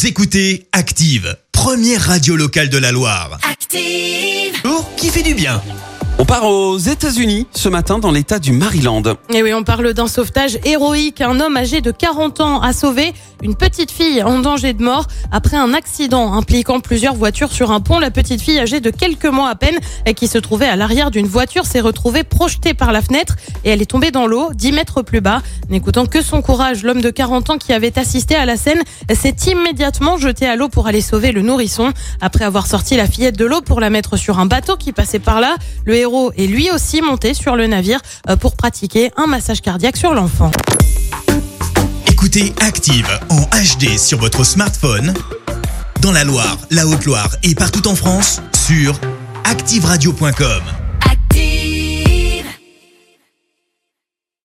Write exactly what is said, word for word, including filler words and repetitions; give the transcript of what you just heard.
Vous écoutez Active, première radio locale de la Loire. Active. Oh, qui fait du bien. On part aux États-Unis ce matin dans l'état du Maryland. Et oui, on parle d'un sauvetage héroïque. Un homme âgé de quarante ans a sauvé une petite fille en danger de mort après un accident impliquant plusieurs voitures sur un pont. La petite fille âgée de quelques mois à peine et qui se trouvait à l'arrière d'une voiture s'est retrouvée projetée par la fenêtre et elle est tombée dans l'eau dix mètres plus bas. N'écoutant que son courage, l'homme de quarante ans qui avait assisté à la scène s'est immédiatement jeté à l'eau pour aller sauver le nourrisson. Après avoir sorti la fillette de l'eau pour la mettre sur un bateau qui passait par là, le héros est lui aussi monté sur le navire pour pratiquer un massage cardiaque sur l'enfant. Écoutez Active en H D sur votre smartphone, dans la Loire, la Haute-Loire et partout en France, sur active radio point com.